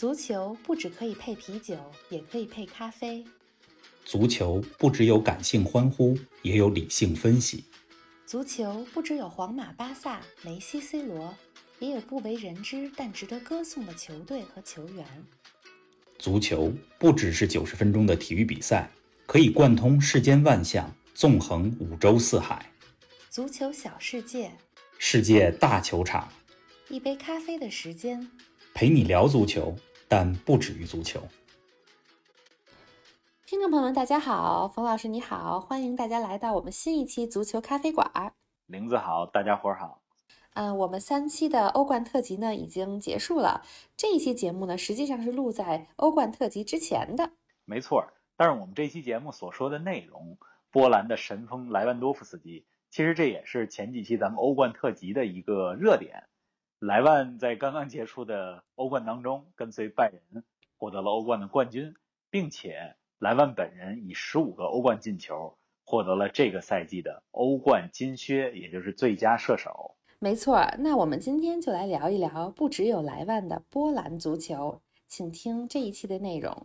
足球不只可以配啤酒，也可以配咖啡。 足球不只有感性欢呼，也有理性分析。 足球不只有皇马、巴萨、梅西、C 罗，也有不为人知但值得歌颂的球队和球员。 足球不只是90分钟的体育比赛，可以贯通世间万象，纵横五洲四海。 足球小世界， 世界大球场， 一杯咖啡的时间， 陪你聊足球，但不止于足球。 听众朋友们大家好，冯老师你好，欢迎大家来到我们新一期足球咖啡馆。 玲子好，大家伙好。 我们3期的欧冠特辑呢已经结束了，这一期节目呢实际上是录在欧冠特辑之前的。 没错，但是我们这期节目所说的内容，波兰的神锋莱万多夫斯基，其实这也是前几期咱们欧冠特辑的一个热点。莱万在刚刚结束的欧冠当中，跟随拜仁获得了欧冠的冠军，并且莱万本人以15个欧冠进球获得了这个赛季的欧冠金靴，也就是最佳射手。 没错，那我们今天就来聊一聊不只有莱万的波兰足球，请听这一期的内容。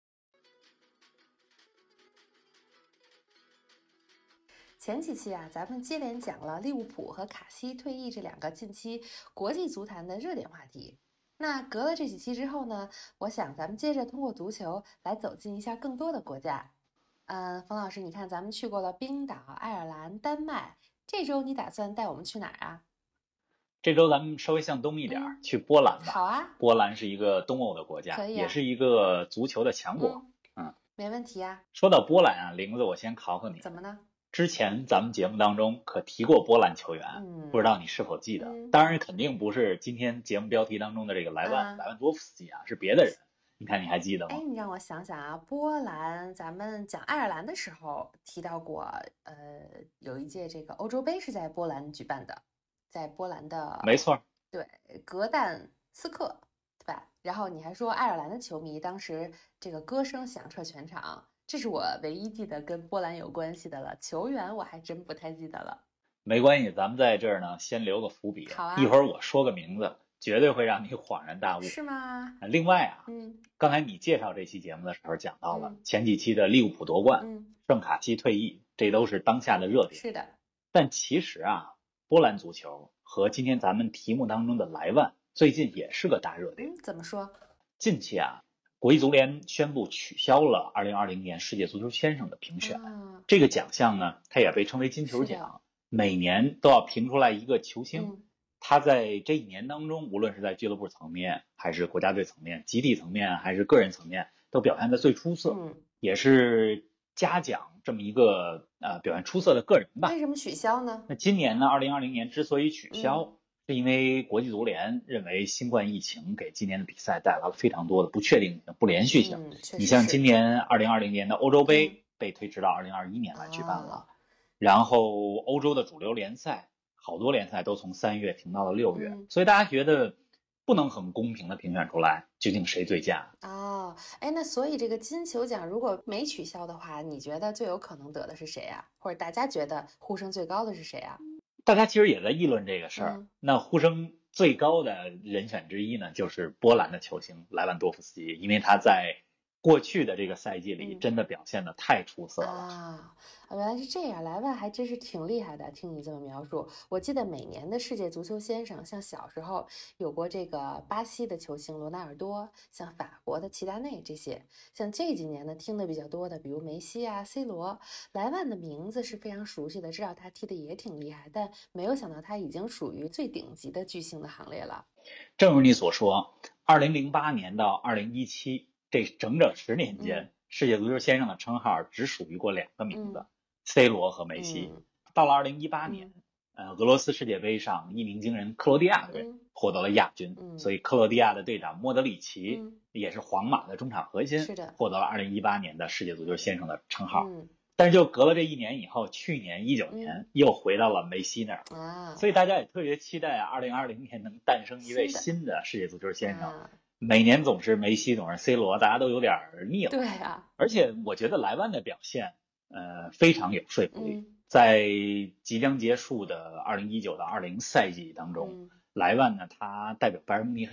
前几期咱们接连讲了利物浦和卡西退役这2个近期国际足坛的热点话题。那隔了这几期之后呢，我想咱们接着通过足球来走进一下更多的国家。冯老师，你看咱们去过了冰岛、爱尔兰、丹麦，这周你打算带我们去哪儿啊？ 这周咱们稍微向东一点，去波兰吧。 好啊， 波兰是一个东欧的国家，也是一个足球的强国。 没问题啊。 说到波兰啊，玲子，我先考考你。 怎么呢？ 之前咱们节目当中可提过波兰球员，不知道你是否记得？当然肯定不是今天节目标题当中的这个莱万多夫斯基啊，是别的人。你看你还记得吗？ 你让我想想啊，波兰咱们讲爱尔兰的时候提到过，有一届这个欧洲杯是在波兰举办的，在波兰的， 没错， 对，格但斯克，对吧？然后你还说爱尔兰的球迷当时这个歌声响彻全场，这是我唯一记得跟波兰有关系的了，球员我还真不太记得了。 没关系，咱们在这儿呢先留个伏笔， 好啊， 一会儿我说个名字绝对会让你恍然大悟。 是吗？ 另外刚才你介绍这期节目的时候讲到了前几期的利物浦夺冠，圣卡西退役，这都是当下的热点。 是的。 但其实波兰足球和今天咱们题目当中的莱万最近也是个大热点。 怎么说？ 近期国际足联宣布取消了2020年世界足球先生的评选。这个奖项呢，它也被称为金球奖，每年都要评出来一个球星，他在这一年当中，无论是在俱乐部层面还是国家队层面、集体层面还是个人层面，都表现得最出色，也是嘉奖这么一个表现出色的个人吧。 为什么取消呢？ 那今年呢，2020年之所以取消，是因为国际足联认为新冠疫情给今年的比赛带来了非常多的不确定性、不连续性。你像今年2020年的欧洲杯被推迟到2021年来举办了，然后欧洲的主流联赛好多联赛都从3月停到了6月，所以大家觉得不能很公平的评选出来究竟谁最佳。 那所以这个金球奖如果没取消的话，你觉得最有可能得的是谁啊？或者大家觉得呼声最高的是谁啊？ 大家其实也在议论这个事儿。那呼声最高的人选之一呢，就是波兰的球星莱万多夫斯基，因为他在过去的这个赛季里真的表现得太出色了。 原来是这样，莱万还真是挺厉害的，听你这么描述。我记得每年的世界足球先生，像小时候有过这个巴西的球星罗纳尔多，像法国的齐达内这些，像这几年呢听的比较多的，比如梅西C 罗，莱万的名字是非常熟悉的，知道他踢的也挺厉害，但没有想到他已经属于最顶级的巨星的行列了。 正如你所说，2008年到2017这整整10年间，世界足球先生的称号只属于过2个名字，C 罗和梅西。到了2018年，俄罗斯世界杯上一鸣惊人克罗地亚队获得了亚军，所以克罗地亚的队长莫德里奇也是皇马的中场核心，获得了2018年的世界足球先生的称号。但是就隔了这1年以后，去年19年又回到了梅西那儿，所以大家也特别期待2020年能诞生一位新的世界足球先生。每年总是梅西，总是 C 罗，大家都有点腻了。 对啊， 而且我觉得莱万的表现，非常有说服力。在即将结束的2019到20赛季当中，莱万呢，他代表拜仁慕尼黑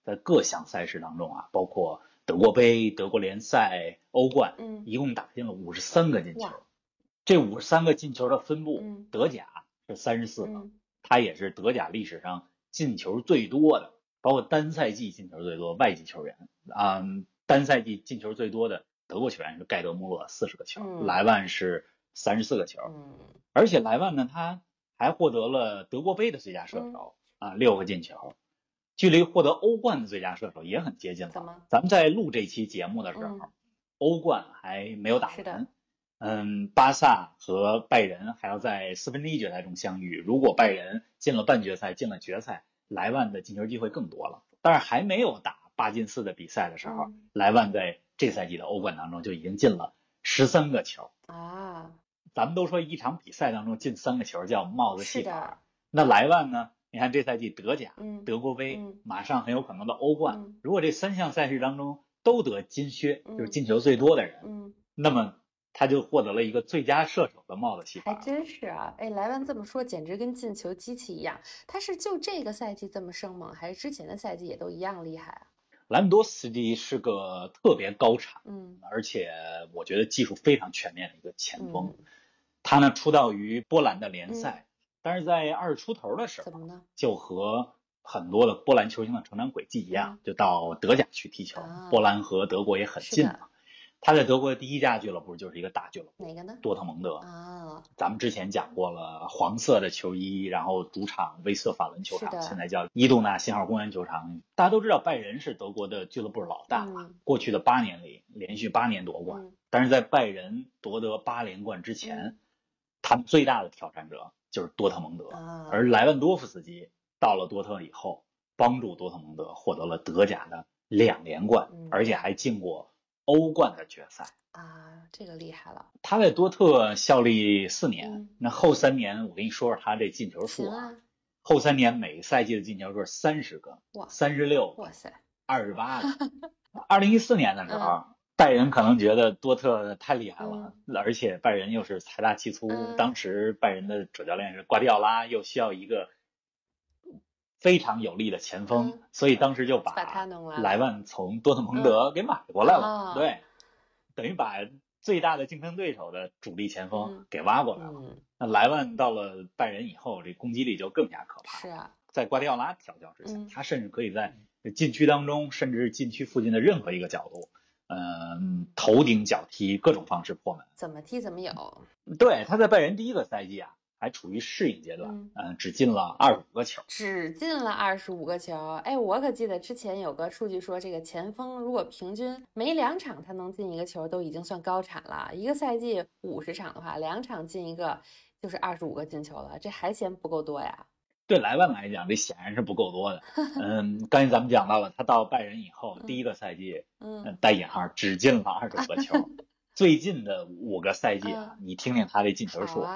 在各项赛事当中啊，包括德国杯、德国联赛、欧冠，一共打进了53个进球。这53个进球的分布，德甲是34个，他也是德甲历史上进球最多的，包括单赛季进球最多外籍球员单赛季进球最多的德国球员是盖德穆勒40个球，莱万是34个球，而且莱万呢，他还获得了德国杯的最佳射手6个进球，距离获得欧冠的最佳射手也很接近了。咱们在录这期节目的时候，欧冠还没有打完。巴萨和拜仁还要在1/4决赛中相遇，如果拜仁进了半决赛，进了决赛，莱万的进球机会更多了。但是还没有打8进4的比赛的时候，莱万在这赛季的欧冠当中就已经进了13个球啊。咱们都说一场比赛当中进3个球叫帽子戏法，那莱万呢，你看这赛季德甲、德国杯，马上很有可能的欧冠，如果这3项赛事当中都得金靴，就是进球最多的人，那么他就获得了一个最佳射手的帽子戏法。 还真是啊！哎，莱万这么说简直跟进球机器一样。他是就这个赛季这么生猛，还是之前的赛季也都一样厉害啊？ 莱万多夫斯基是个特别高产，而且我觉得技术非常全面的一个前锋。他呢出道于波兰的联赛，但是在20出头的时候， 怎么呢？ 就和很多的波兰球星的成长轨迹一样，就到德甲去踢球。波兰和德国也很近嘛。他在德国的第一家俱乐部就是一个大俱乐部， 哪个呢？ 多特蒙德咱们之前讲过了，黄色的球衣，然后主场威瑟法伦球场，现在叫伊杜纳信号公园球场。大家都知道拜仁是德国的俱乐部老大嘛，过去的8年里连续8年夺冠，但是在拜仁夺得8连冠之前，他们最大的挑战者就是多特蒙德，而莱万多夫斯基到了多特以后，帮助多特蒙德获得了德甲的2连冠，而且还进过欧冠的决赛这个厉害了。 他在多特效力4年，那后3年我跟你说说他这进球数后3年每赛季的进球数30个，36个， 哇塞 ，28个。2014年的时候，拜仁可能觉得多特太厉害了，而且拜仁又是财大气粗，当时拜仁的主教练是瓜迪奥拉，又需要一个非常有力的前锋，所以当时就把莱万从多特蒙德给买过来了，对，等于把最大的竞争对手的主力前锋给挖过来了。那莱万到了拜仁以后，这攻击力就更加可怕。 是啊， 在瓜迪奥拉调教之下，他甚至可以在禁区当中，甚至禁区附近的任何一个角度，头顶脚踢，各种方式破门， 怎么踢怎么有。 对，他在拜仁第一个赛季还处于适应阶段，只进了25个球， 只进了25个球。哎，我可记得之前有个数据说，这个前锋如果平均每2场他能进1个球，都已经算高产了。一个赛季50场的话，2场进1个就是25个进球了，这还嫌不够多呀？ 对莱万来讲，这显然是不够多的。刚才咱们讲到了，他到拜仁以后，第一个赛季，带引号只进了25个球。最近的5个赛季你听听他这进球数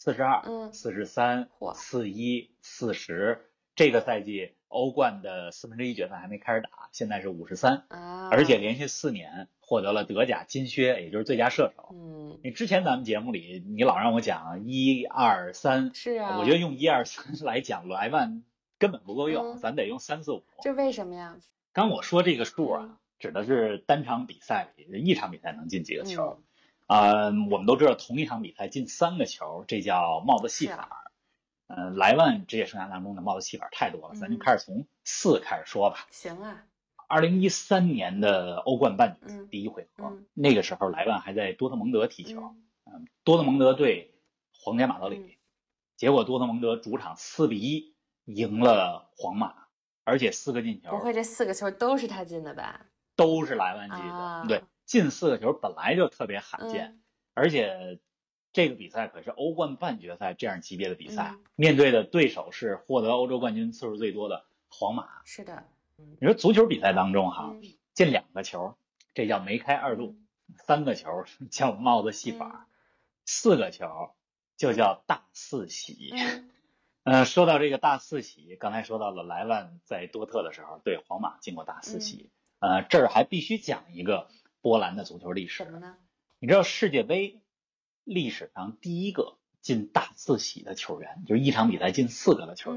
，42、43、41、40。这个赛季欧冠的1/4决赛还没开始打，现在是53，而且连续4年获得了德甲金靴，也就是最佳射手。你之前咱们节目里，你老让我讲1、2、3， 是啊， 我觉得用1、2、3来讲莱万根本不够用，咱得用3、4、5。 这为什么呀？ 刚我说这个数指的是单场比赛里一场比赛能进几个球。我们都知道同一场比赛进3个球，这叫帽子戏法。莱万职业生涯当中的帽子戏法太多了，咱就开始从4开始说吧。 行啊。 2013年的欧冠半决赛第1回合，那个时候莱万还在多特蒙德踢球，多特蒙德对皇家马德里，结果多特蒙德主场4-1赢了皇马，而且4个进球。 不会这4个球都是他进的吧？ 都是莱万进的，对，进4个球本来就特别罕见，而且这个比赛可是欧冠半决赛这样级别的比赛，面对的对手是获得欧洲冠军次数最多的皇马。 是的。 你说足球比赛当中进2个球，这叫梅开2度；3个球叫帽子戏法；4个球就叫大四喜。说到这个大四喜，刚才说到了莱万在多特的时候对皇马进过大四喜。这儿还必须讲一个波兰的足球历史。 什么呢？ 你知道世界杯历史上第一个进大四喜的球员，就是一场比赛进4个的球员，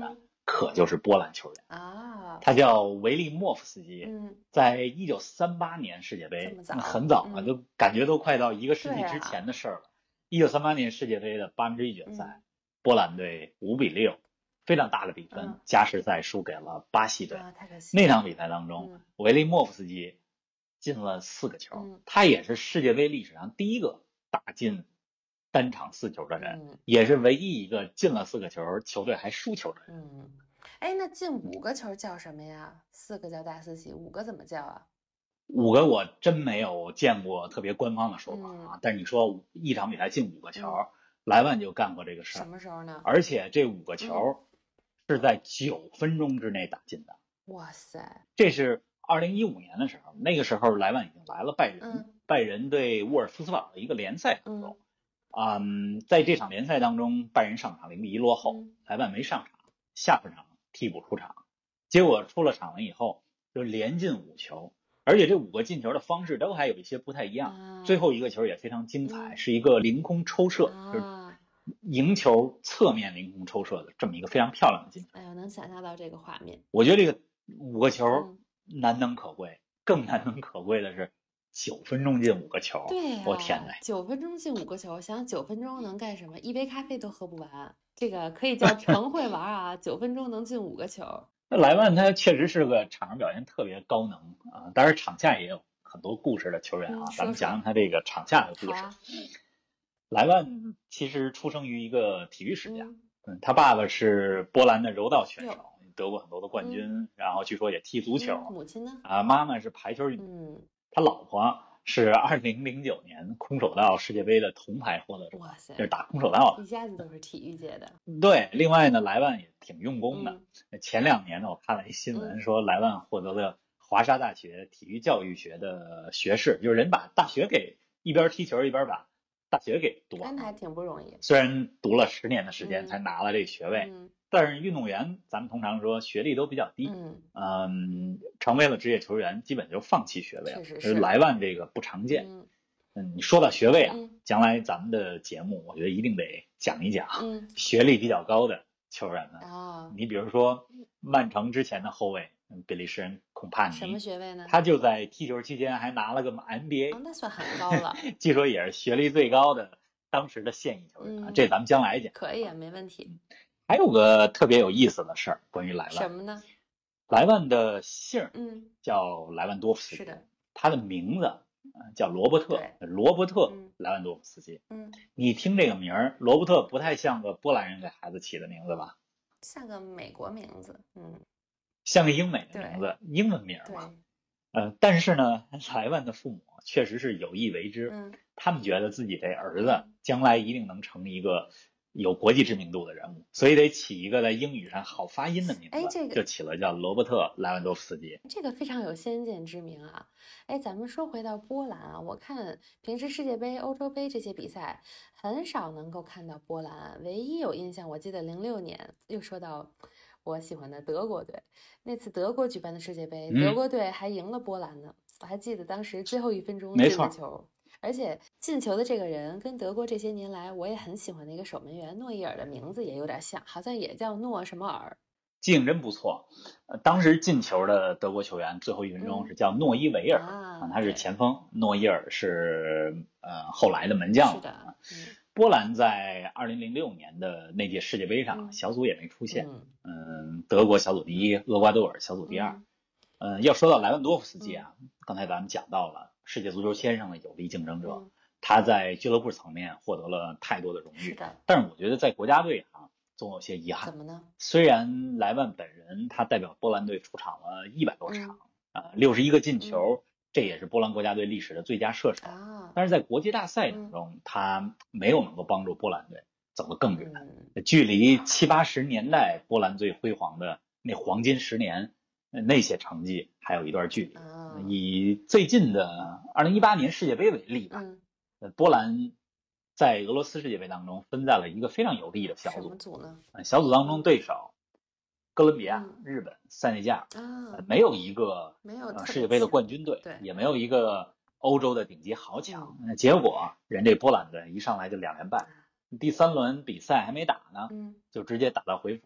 可就是波兰球员啊， 他叫维利莫夫斯基， 嗯， 在1938年世界杯， 这么早很早了，都感觉都快到一个世纪对啊之前的事儿了。1938年世界杯的1/8决赛，波兰队5-6，非常大的比分，加时赛输给了巴西队。 太可惜了。 那场比赛当中，维利莫夫斯基进了4个球，他也是世界杯历史上第一个打进单场4球的人，也是唯一一个进了4个球，球队还输球的人。 那进5个球叫什么呀？4个叫大四喜，5个怎么叫啊 ？5个我真没有见过特别官方的说法啊，但是你说一场比赛进5个球，莱万就干过这个事儿。 什么时候呢？ 而且这5个球是在9分钟之内打进的。 哇塞！ 这是2015年的时候，那个时候莱万已经来了拜仁，拜仁对沃尔夫斯堡的一个联赛当中。在这场联赛当中，拜仁上场0-1落后，莱万没上场，下半场替补出场，结果出了场了以后就连进5球，而且这5个进球的方式都还有一些不太一样。最后一个球也非常精彩，是一个凌空抽射，就是赢球侧面凌空抽射的这么一个非常漂亮的进球。 哎呦，能想象到这个画面。 我觉得这个5个球难能可贵，更难能可贵的是9分钟进5个球。 对我天哪 ！9分钟进5个球，想9分钟能干什么？一杯咖啡都喝不完。这个可以叫成会玩啊！9分钟能进5个球。 那莱万他确实是个场上表现特别高能啊，当然场下也有很多故事的球员啊。咱们讲讲他这个场下的故事。莱万其实出生于一个体育世家，他爸爸是波兰的柔道选手，得过很多的冠军，然后据说也踢足球。 母亲呢？ 妈妈是排球运动员，他老婆是2009年空手道世界杯的铜牌获得者。 哇塞， 就是打空手道的， 一家子都是体育界的。 对，另外呢，莱万也挺用功的。前2年呢，我看了一新闻，说莱万获得了华沙大学体育教育学的学士，就是人把大学给一边踢球一边把大学给读完了， 还挺不容易。 虽然读了10年的时间才拿了这个学位，但是运动员咱们通常说学历都比较低，成为了职业球员基本就放弃学位了。 是莱万这个不常见。你说到学位啊，将来咱们的节目我觉得一定得讲一讲学历比较高的球员们。你比如说曼城之前的后卫比利时人孔帕尼， 什么学位呢？ 他就在踢球期间还拿了个 MBA， 那算很高了。 据说也是学历最高的当时的现役球员，这咱们将来讲。 可以啊，没问题。 还有个特别有意思的事儿，关于莱万。 什么呢？ 莱万的姓叫莱万多夫斯基， 是的， 他的名字叫罗伯特莱万多夫斯基。你听这个名儿，罗伯特不太像个波兰人给孩子起的名字吧？ 像个美国名字， 像个英美的名字，英文名嘛。但是呢，莱万的父母确实是有意为之，他们觉得自己这儿子将来一定能成一个有国际知名度的人物，所以得起一个在英语上好发音的名字，就起了叫罗伯特·莱万多夫斯基。 这个非常有先见之明啊！咱们说回到波兰啊，我看平时世界杯、欧洲杯这些比赛很少能够看到波兰，唯一有印象，我记得06年，又说到我喜欢的德国队，那次德国举办的世界杯，德国队还赢了波兰呢，我还记得当时最后1分钟进的球。而且进球的这个人跟德国这些年来我也很喜欢的一个守门员诺伊尔的名字也有点像，好像也叫诺什么尔。 记性真不错。当时进球的德国球员最后1分钟是叫诺伊维尔，他是前锋，诺伊尔是后来的门将。 是的。 波兰在2006年的那届世界杯上小组也没出现，德国小组第1，厄瓜多尔小组第2。要说到莱万多夫斯基啊，刚才咱们讲到了世界足球先生的有力竞争者，他在俱乐部层面获得了太多的荣誉，但是我觉得在国家队总有些遗憾。 怎么呢？ 虽然莱万本人他代表波兰队出场了100多场，61个进球，这也是波兰国家队历史的最佳射手，但是在国际大赛当中，他没有能够帮助波兰队走得更远，距离70、80年代波兰最辉煌的那黄金10年那些成绩还有一段距离。以最近的2018年世界杯为例吧，波兰在俄罗斯世界杯当中分在了一个非常有利的小组。 什么组呢？ 小组当中对手哥伦比亚、日本、塞内加尔，没有一个世界杯的冠军队，也没有一个欧洲的顶级豪强。结果人这波兰队一上来就2连败，第3轮比赛还没打呢，就直接打到回府了。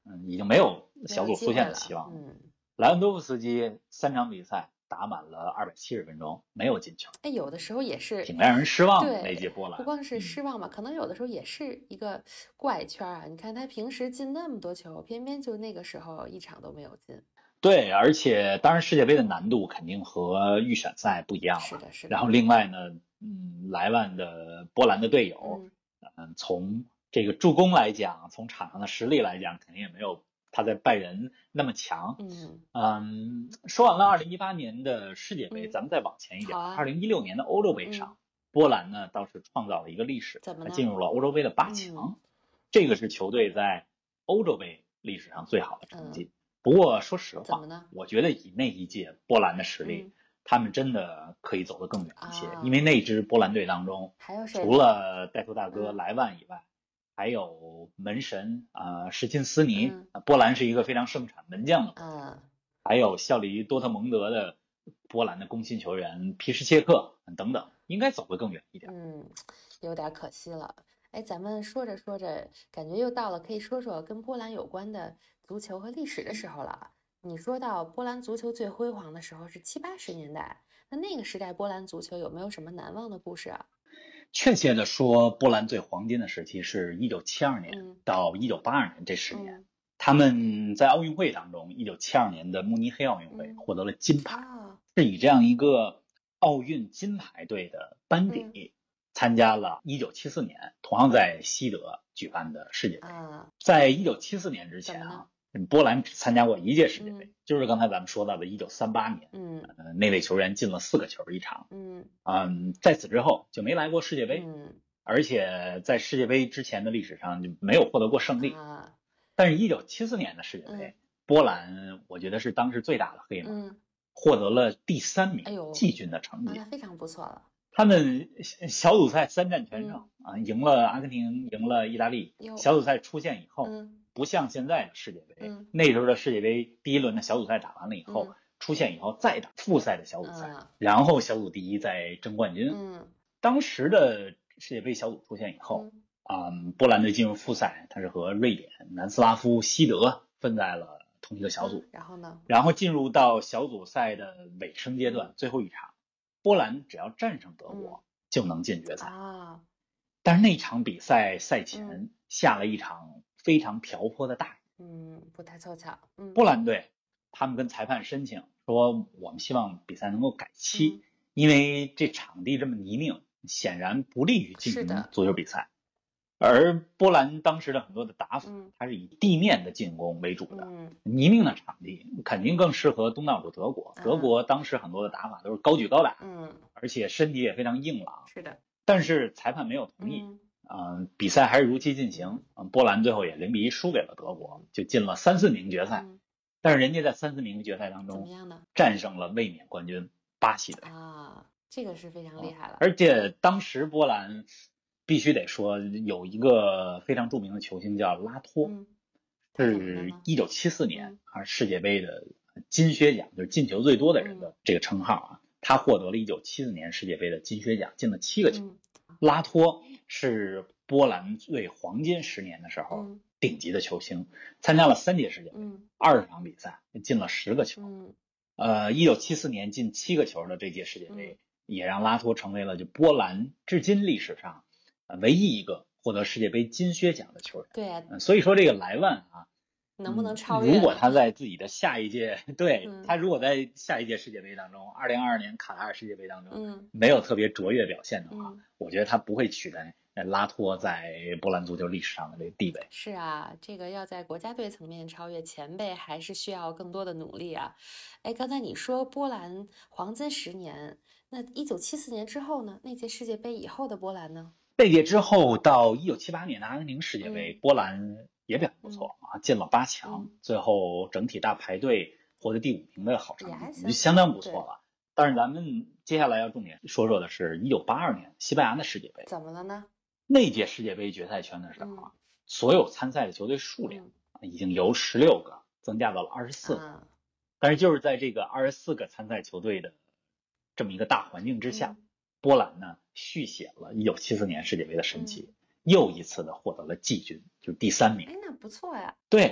已经没有小组出线的希望了。莱万多夫斯基3场比赛打满了270分钟，没有进球。 有的时候也是挺让人失望的那届波兰。 不光是失望吧，可能有的时候也是一个怪圈啊。你看他平时进那么多球，偏偏就那个时候一场都没有进。 对，而且当然世界杯的难度肯定和预选赛不一样了。 是的，是的。 然后另外呢，莱万的波兰的队友，从这个助攻来讲，从场上的实力来讲，肯定也没有他在拜仁那么强。说完了2018年的世界杯，咱们再往前一点，2016年的欧洲杯上，波兰呢倒是创造了一个历史，他进入了欧洲杯的8强，这个是球队在欧洲杯历史上最好的成绩。不过说实话，我觉得以那一届波兰的实力，他们真的可以走得更远一些，因为那支波兰队当中，除了带头大哥莱万以外，还有门神什钦斯尼，波兰是一个非常盛产门将的，还有效力于多特蒙德的波兰的攻心球员皮什切克等等，应该走得更远一点。 有点可惜了。咱们说着说着，感觉又到了可以说说跟波兰有关的足球和历史的时候了。你说到波兰足球最辉煌的时候是70、80年代，那个时代波兰足球有没有什么难忘的故事啊？ 确切的说，波兰最黄金的时期是1972年到1982年这10年。他们在奥运会当中，1972年的慕尼黑奥运会获得了金牌，是以这样一个奥运金牌队的班底参加了1974年同样在西德举办的世界杯。在1974年之前波兰只参加过1届世界杯，就是刚才咱们说到的1938年，那位球员进了4个球一场，在此之后就没来过世界杯，而且在世界杯之前的历史上就没有获得过胜利。但是1974年的世界杯，波兰我觉得是当时最大的黑马，获得了第3名季军的成绩， 那非常不错了。 他们小组赛3战全胜赢了阿根廷，赢了意大利。小组赛出线以后，不像现在的世界杯，那时候的世界杯第1轮的小组赛打完了以后，出线以后再打复赛的小组赛，然后小组第1再争冠军。当时的世界杯小组出线以后，波兰队进入复赛，他是和瑞典、南斯拉夫、西德分在了同一个小组。然后进入到小组赛的尾声阶段，最后一场，波兰只要战胜德国就能进决赛。但是那场比赛赛前下了一场非常瓢泼的大雨，不太凑巧。 波兰队他们跟裁判申请说，我们希望比赛能够改期，因为这场地这么泥泞，显然不利于进行足球比赛。而波兰当时的很多的打法，它是以地面的进攻为主的，泥泞的场地肯定更适合东道主德国。德国当时很多的打法都是高举高打，而且身体也非常硬朗。 是的。 但是裁判没有同意，比赛还是如期进行。波兰最后也0-1输给了德国，就进了3、4名决赛。但是人家在3、4名决赛当中战胜了卫冕冠军巴西队这个是非常厉害了。 而且当时波兰必须得说有一个非常著名的球星叫拉托，是1974年世界杯的金靴奖，就是进球最多的人的这个称号他获得了1974年世界杯的金靴奖，进了7个球。拉托是波兰最黄金10年的时候顶级的球星，参加了3届世界杯，20场比赛进了10个球。1974年进7个球的这届世界杯，也让拉托成为了就波兰至今历史上唯一一个获得世界杯金靴奖的球员。 对， 所以说这个莱万能不能超越？ 如果他在自己的下一届，他如果在下一届世界杯当中，2022年卡塔尔世界杯当中，没有特别卓越表现的话，我觉得他不会取代拉托在波兰足球历史上的这个地位。 是啊，这个要在国家队层面超越前辈，还是需要更多的努力啊。刚才你说波兰黄金10年，那1974年之后呢？那届世界杯以后的波兰呢？ 那届之后到1978年的阿根廷世界杯，波兰也表现不错进了8强，最后整体大排队获得第5名的好成绩，就相当不错了。但是咱们接下来要重点说说的是1982年西班牙的世界杯。 怎么了呢？ 那届世界杯决赛圈的时候所有参赛的球队数量已经由16个增加到了24个，但是就是在这个24个参赛球队的这么一个大环境之下，波兰呢续写了1974年世界杯的神奇，又一次的获得了季军，就是第3名。 那不错呀。 对，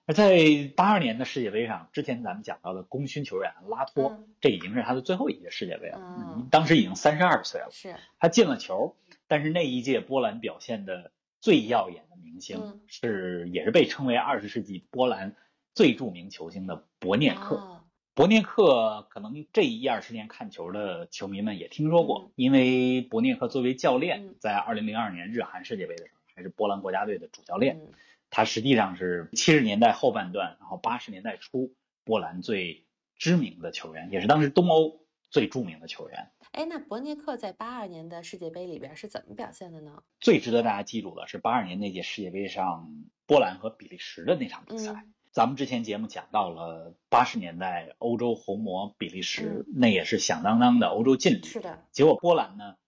而在82年的世界杯上，之前咱们讲到的功勋球员拉托，这已经是他的最后一届世界杯了，当时已经32岁了， 是他进了球，但是那一届波兰表现的最耀眼的明星也是被称为20世纪波兰最著名球星的博涅克。博涅克可能这10-20年看球的球迷们也听说过，因为博涅克作为教练，在2002年日韩世界杯的时候还是波兰国家队的主教练。他实际上是70年代后半段，然后80年代初波兰最知名的球员，也是当时东欧最著名的球员。 那博涅克在82年的世界杯里边是怎么表现的呢？ 最值得大家记住的是82年那届世界杯上波兰和比利时的那场比赛。咱们之前节目讲到了80年代欧洲红魔比利时，那也是响当当的欧洲劲旅。 是的。 结果波兰呢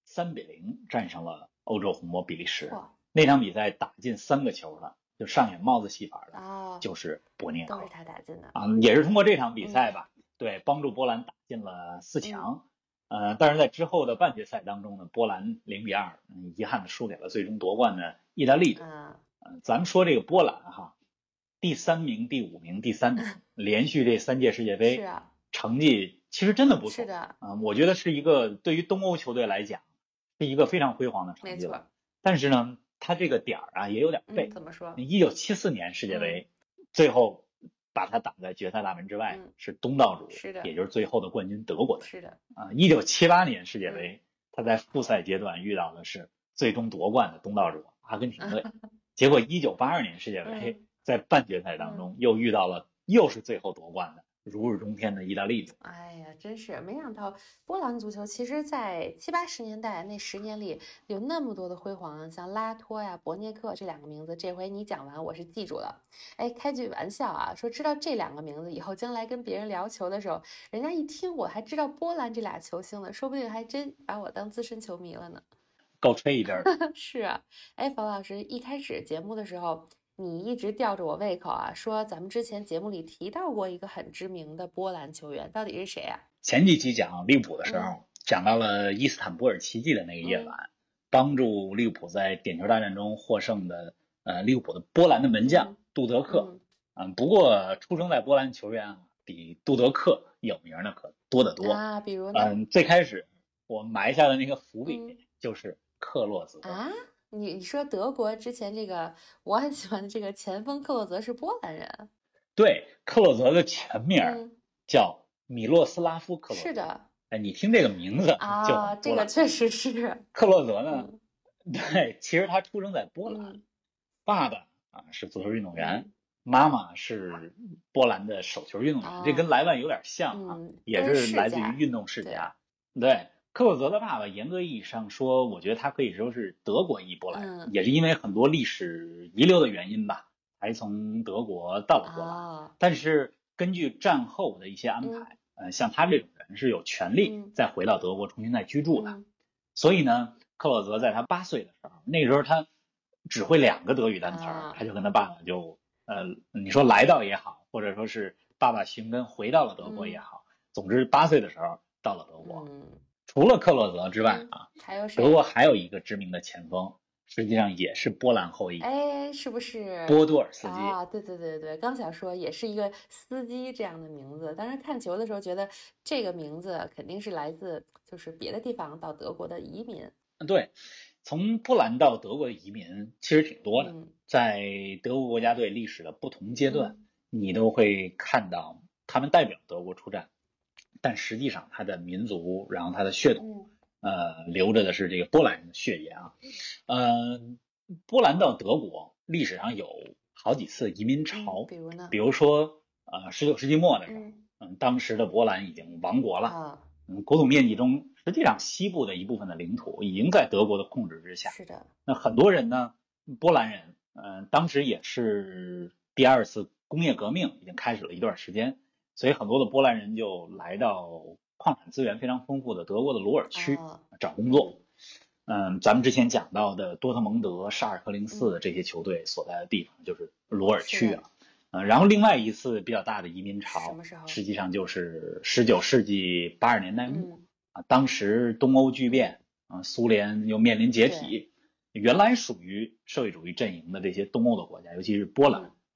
3-0战胜了欧洲红魔比利时。那场比赛打进3个球了，就上演帽子戏法的，就是博涅克， 都是他打进的也是通过这场比赛吧，对，帮助波兰打进了4强。但是在之后的半决赛当中呢，波兰0-2，遗憾的输给了最终夺冠的意大利队。咱们说这个波兰哈，第3名、第5名、第3名，连续这3届世界杯，成绩其实真的不错。 是的， 我觉得是一个对于东欧球队来讲，是一个非常辉煌的成绩了。但是呢，他这个点儿也有点背。 怎么说 ？1974年世界杯，最后把他挡在决赛大门之外，是东道主， 是的， 也就是最后的冠军德国队。 是的。 1978年世界杯，他在复赛阶段遇到的是最终夺冠的东道主阿根廷队。结果1982年世界杯，在半决赛当中又遇到了又是最后夺冠的如日中天的意大利队。 哎呀，真是没想到波兰足球其实在70、80年代那10年里有那么多的辉煌，像拉托呀、博涅克这2个名字，这回你讲完我是记住了。开句玩笑啊，说知道这2个名字以后，将来跟别人聊球的时候，人家一听我还知道波兰这俩球星呢，说不定还真把我当资深球迷了呢。 够吹一阵是啊。冯老师，一开始节目的时候你一直吊着我胃口啊，说咱们之前节目里提到过一个很知名的波兰球员，到底是谁啊？ 前几期讲利物浦的时候，讲到了伊斯坦布尔奇迹的那个夜晚，帮助利物浦在点球大战中获胜的利物浦的波兰的门将杜德克。不过出生在波兰球员比杜德克有名的可多得多啊。比如呢？ 最开始我埋下的那个伏笔就是克洛泽啊。你说德国之前这个我很喜欢的这个前锋克洛泽是波兰人？ 对，克洛泽的全名叫米洛斯拉夫·克洛泽。 是的。 你听这个名字就这个确实是。 克洛泽呢，对，其实他出生在波兰，爸爸是足球运动员，妈妈是波兰的手球运动员，这跟莱万有点像也是来自于运动世家。对。克洛泽的爸爸严格意义上说，我觉得他可以说是德国裔波兰人，也是因为很多历史遗留的原因吧，还从德国到了波兰。但是根据战后的一些安排，像他这种人是有权利再回到德国重新再居住的。所以呢，克洛泽在他8岁的时候，那时候他只会2个德语单词，他就跟他爸爸就你说来到也好，或者说是爸爸寻根回到了德国也好，总之8岁的时候到了德国。除了克洛泽之外还有谁？ 德国还有一个知名的前锋，实际上也是波兰后裔。 是不是波多尔斯基？ 对，刚想说也是一个司机这样的名字。当时看球的时候觉得这个名字肯定是来自就是别的地方到德国的移民。 对，从波兰到德国的移民其实挺多的，在德国国家队历史的不同阶段，你都会看到他们代表德国出战。但实际上他的民族，然后他的血统，流着的是这个波兰人的血液啊。波兰到德国历史上有好几次移民潮， 比如呢？ 比如说19世纪末的时候，当时的波兰已经亡国了，国土面积中实际上西部的一部分的领土已经在德国的控制之下。 是的。 那很多人呢，波兰人，当时也是第2次工业革命已经开始了一段时间。所以很多的波兰人就来到矿产资源非常丰富的德国的鲁尔区找工作。咱们之前讲到的多特蒙德、沙尔克零四这些球队所在的地方就是鲁尔区然后另外一次比较大的移民潮，实际上就是19世纪80年代末当时东欧剧变苏联又面临解体，原来属于社会主义阵营的这些东欧的国家，尤其是波兰，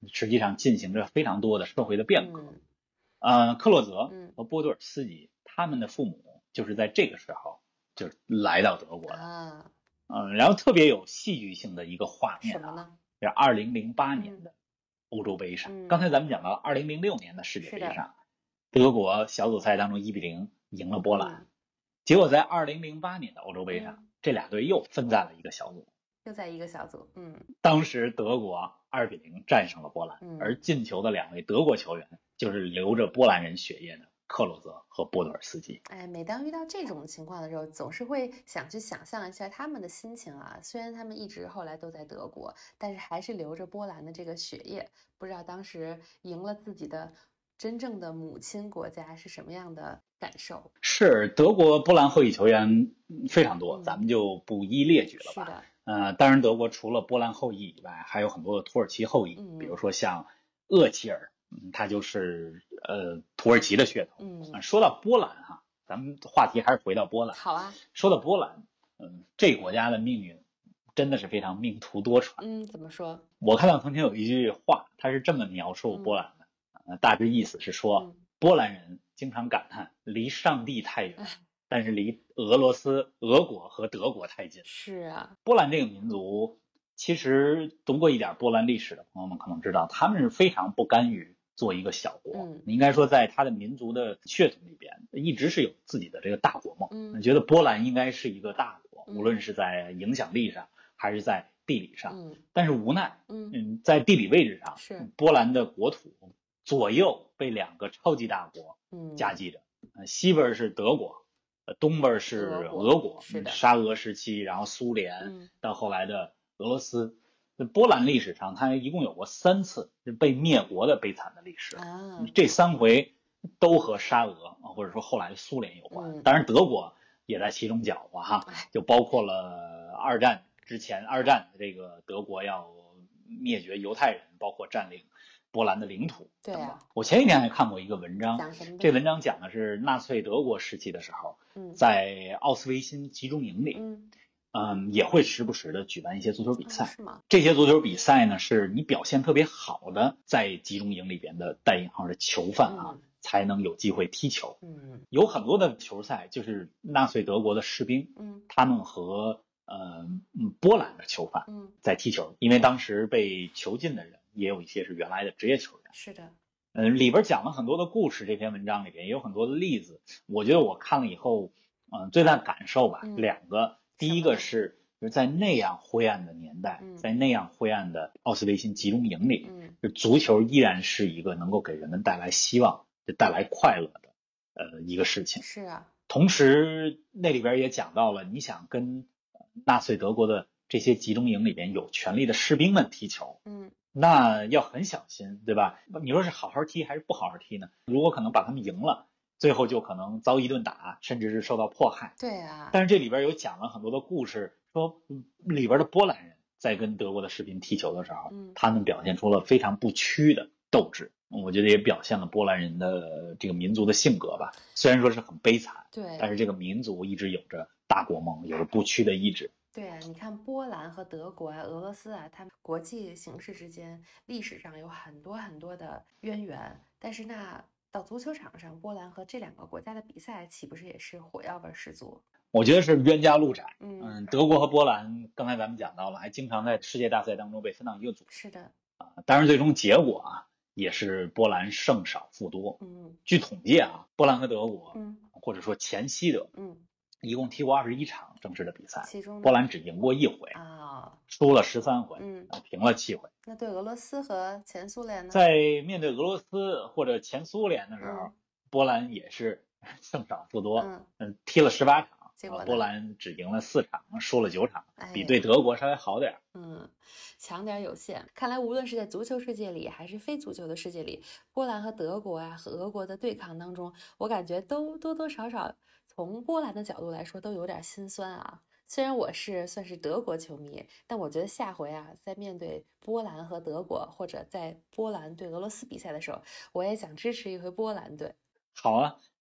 实际上进行着非常多的社会的变革。克洛泽和波多尔斯基他们的父母就是在这个时候就来到德国的。然后特别有戏剧性的一个画面是2008年的欧洲杯上。刚才咱们讲到2006年的世界杯上，德国小组赛当中1-0赢了波兰。结果在2008年的欧洲杯上，这俩队又分在了一个小组， 又在一个小组。 当时德国2-0战胜了波兰，而进球的2位德国球员就是流着波兰人血液的克洛泽和波多尔斯基。 每当遇到这种情况的时候，总是会想去想象一下他们的心情啊。虽然他们一直后来都在德国，但是还是流着波兰的这个血液，不知道当时赢了自己的真正的母亲国家是什么样的感受。 是，德国波兰后裔球员非常多，咱们就不一列举了吧。 是的。 当然德国除了波兰后裔以外，还有很多的土耳其后裔，比如说像厄齐尔，他就是土耳其的血统。说到波兰咱们话题还是回到波兰。 好啊。 说到波兰，这个国家的命运真的是非常命途多舛。 怎么说？ 我看到曾经有一句话，它是这么描述波兰的，大致意思是说，波兰人经常感叹离上帝太远，但是离俄罗斯、俄国和德国太近。 是啊。 波兰这个民族，其实读过一点波兰历史的朋友们可能知道，他们是非常不甘于做一个小国。应该说在他的民族的血统里边，一直是有自己的这个大国梦。觉得波兰应该是一个大国，无论是在影响力上还是在地理上。但是无奈，在地理位置上，波兰的国土左右被2个超级大国夹击着。西边是德国，东边是俄国，沙俄时期，然后苏联，到后来的俄罗斯。波兰历史上它一共有过3次被灭国的悲惨的历史。这3回都和沙俄或者说后来的苏联有关。当然德国也在其中搅和就包括了二战这个德国要灭绝犹太人，包括占领波兰的领土等等。我前几天还看过一个文章，这文章讲的是纳粹德国时期的时候，在奥斯维辛集中营里，也会时不时的举办一些足球比赛。 是吗？ 这些足球比赛呢，是你表现特别好的在集中营里边的带引号的囚犯才能有机会踢球。有很多的球赛就是纳粹德国的士兵，他们和波兰的囚犯在踢球，因为当时被囚禁的人也有一些是原来的职业球员。 是的。 里边讲了很多的故事，这篇文章里边也有很多的例子。我觉得我看了以后，最大的感受吧，2个。第一个是在那样灰暗的年代，在那样灰暗的奥斯维辛集中营里，足球依然是一个能够给人们带来希望、带来快乐的一个事情。 是啊。 同时那里边也讲到了，你想跟纳粹德国的这些集中营里边有权力的士兵们踢球，那要很小心，对吧？你说是好好踢还是不好好踢呢？如果可能把他们赢了，最后就可能遭一顿打，甚至是受到迫害。 对啊。 但是这里边有讲了很多的故事，说里边的波兰人在跟德国的士兵踢球的时候，他们表现出了非常不屈的斗志。我觉得也表现了波兰人的这个民族的性格吧。虽然说是很悲惨，但是这个民族一直有着大国梦，有着不屈的意志。 对啊，你看波兰和德国俄罗斯他们国际形势之间历史上有很多很多的渊源，但是那到足球场上，波兰和这2个国家的比赛，岂不是也是火药味十足？ 我觉得是冤家路窄。德国和波兰刚才咱们讲到了，还经常在世界大赛当中被分到一个组。 是的。 当然最终结果也是波兰胜少负多。据统计波兰和德国，或者说前西德，一共踢过21场正式的比赛， 其中波兰只赢过1回输了13回，平了7回。 那对俄罗斯和前苏联呢？ 在面对俄罗斯或者前苏联的时候，波兰也是胜少负多，踢了18场，波兰只赢了4场，输了9场，比对德国稍微好点。 强点有限。看来无论是在足球世界里还是非足球的世界里，波兰和德国和俄国的对抗当中，我感觉都多多少少从波兰的角度来说都有点心酸啊。虽然我算是德国球迷，但我觉得下回在面对波兰和德国，或者在波兰对俄罗斯比赛的时候，我也想支持一回波兰队。 好啊，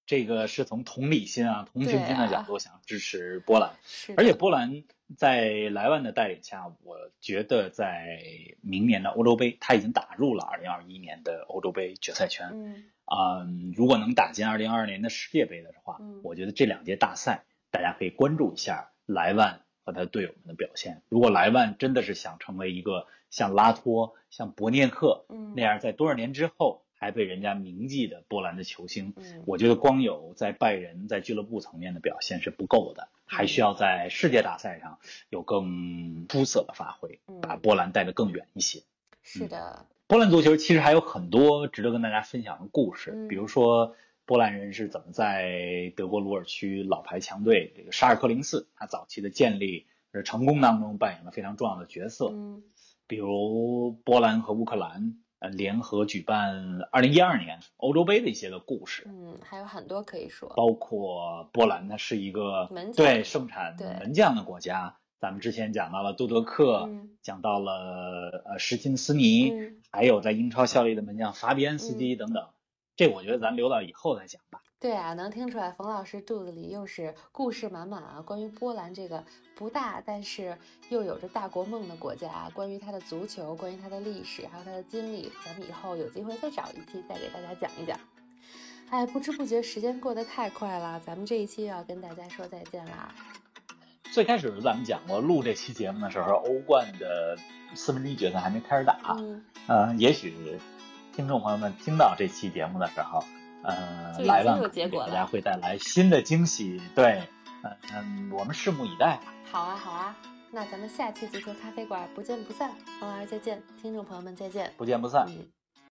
这个是从同理心啊、同情心的角度想支持波兰， 是而且波兰在莱万的带领下，我觉得在明年的欧洲杯，他已经打入了2021年的欧洲杯决赛圈。如果能打进2022年的世界杯的话，我觉得这2届大赛大家可以关注一下莱万和他队友们的表现。如果莱万真的是想成为一个像拉托、像博涅克那样在多少年之后还被人家铭记的波兰的球星，我觉得光有在拜仁在俱乐部层面的表现是不够的，还需要在世界大赛上有更出色的发挥，把波兰带得更远一些。 是的。 波兰足球其实还有很多值得跟大家分享的故事，比如说波兰人是怎么在德国鲁尔区老牌强队这个沙尔克04他早期的建立成功当中扮演了非常重要的角色。比如波兰和乌克兰联合举办2012年欧洲杯的一些的故事。 还有很多可以说， 包括波兰它是一个盛产门将的国家。咱们之前讲到了杜德克，讲到了什琴斯尼，还有在英超效力的门将法比安斯基等等，这我觉得咱留到以后再讲吧。 对啊，能听出来冯老师肚子里又是故事满满啊！关于波兰这个不大但是又有着大国梦的国家，关于它的足球，关于它的历史，还有它的经历，咱们以后有机会再找一期再给大家讲一讲。哎，不知不觉时间过得太快了，咱们这一期要跟大家说再见啦。 最开始咱们讲过，录这期节目的时候，欧冠的1/4决赛还没开始打。也许听众朋友们听到这期节目的时候，莱万给大家会带来新的惊喜。对，我们拭目以待吧。 好啊，好啊，那咱们下期足球咖啡馆不见不散。冯老师再见，听众朋友们再见， 不见不散。